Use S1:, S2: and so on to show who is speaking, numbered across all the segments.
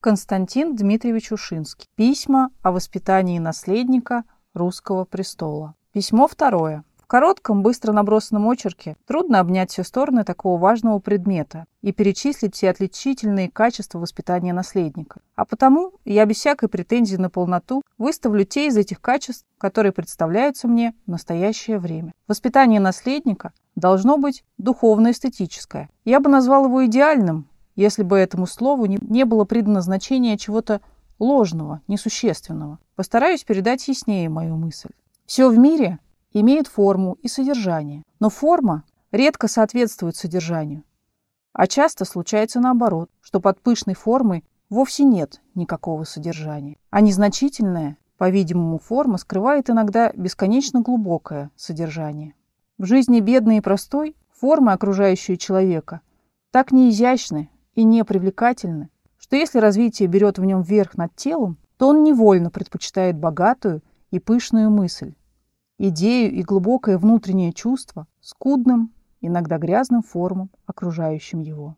S1: Константин Дмитриевич Ушинский. Письма о воспитании наследника русского престола. Письмо 2. В коротком, быстро набросанном очерке трудно обнять все стороны такого важного предмета и перечислить все отличительные качества воспитания наследника. А потому я без всякой претензии на полноту выставлю те из этих качеств, которые представляются мне в настоящее время. Воспитание наследника должно быть духовно-эстетическое. Я бы назвал его идеальным, если бы этому слову не было придано значение чего-то ложного, несущественного. Постараюсь передать яснее мою мысль. Все в мире имеет форму и содержание, но форма редко соответствует содержанию. А часто случается наоборот, что под пышной формой вовсе нет никакого содержания. А незначительная, по-видимому, форма скрывает иногда бесконечно глубокое содержание. В жизни бедной и простой формы, окружающие человека, так неизящны и непривлекательны, что если развитие берет в нем верх над телом, то он невольно предпочитает богатую и пышную мысль, идею и глубокое внутреннее чувство скудным, иногда грязным формам, окружающим его.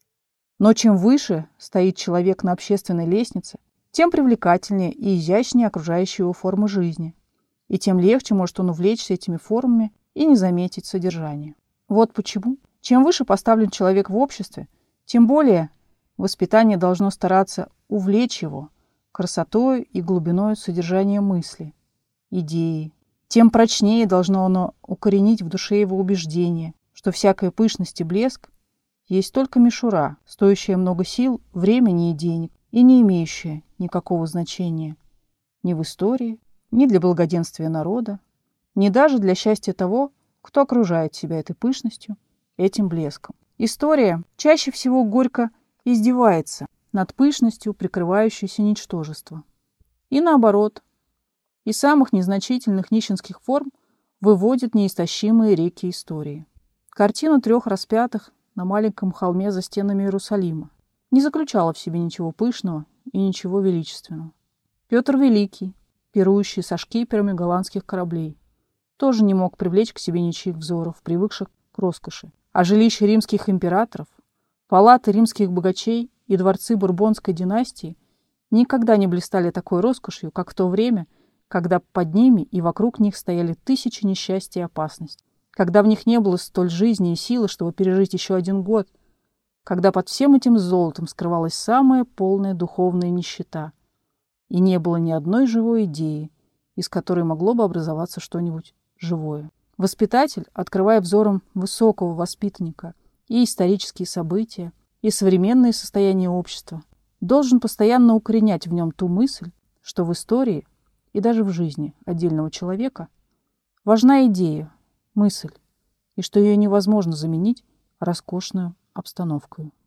S1: Но чем выше стоит человек на общественной лестнице, тем привлекательнее и изящнее окружающие его формы жизни, и тем легче может он увлечься этими формами и не заметить содержание. Вот почему, чем выше поставлен человек в обществе, тем более воспитание должно стараться увлечь его красотой и глубиной содержания мысли, идеи. Тем прочнее должно оно укоренить в душе его убеждение, что всякая пышность и блеск есть только мишура, стоящая много сил, времени и денег, и не имеющая никакого значения ни в истории, ни для благоденствия народа, ни даже для счастья того, кто окружает себя этой пышностью, этим блеском. История чаще всего горько издевается над пышностью, прикрывающейся ничтожества. И наоборот, из самых незначительных нищенских форм выводит неистощимые реки истории. Картина 3 распятых на маленьком холме за стенами Иерусалима не заключала в себе ничего пышного и ничего величественного. Петр Великий, пирующий со шкиперами голландских кораблей, тоже не мог привлечь к себе ничьих взоров, привыкших к роскоши. А жилища римских императоров, палаты римских богачей и дворцы Бурбонской династии никогда не блистали такой роскошью, как в то время, когда под ними и вокруг них стояли тысячи несчастья и опасностей, когда в них не было столь жизни и силы, чтобы пережить еще 1 год, когда под всем этим золотом скрывалась самая полная духовная нищета, и не было ни одной живой идеи, из которой могло бы образоваться что-нибудь живое. Воспитатель, открывая взором высокого воспитанника и исторические события, и современное состояние общества, должен постоянно укоренять в нем ту мысль, что в истории и даже в жизни отдельного человека важна идея, мысль, и что ее невозможно заменить роскошную обстановкой.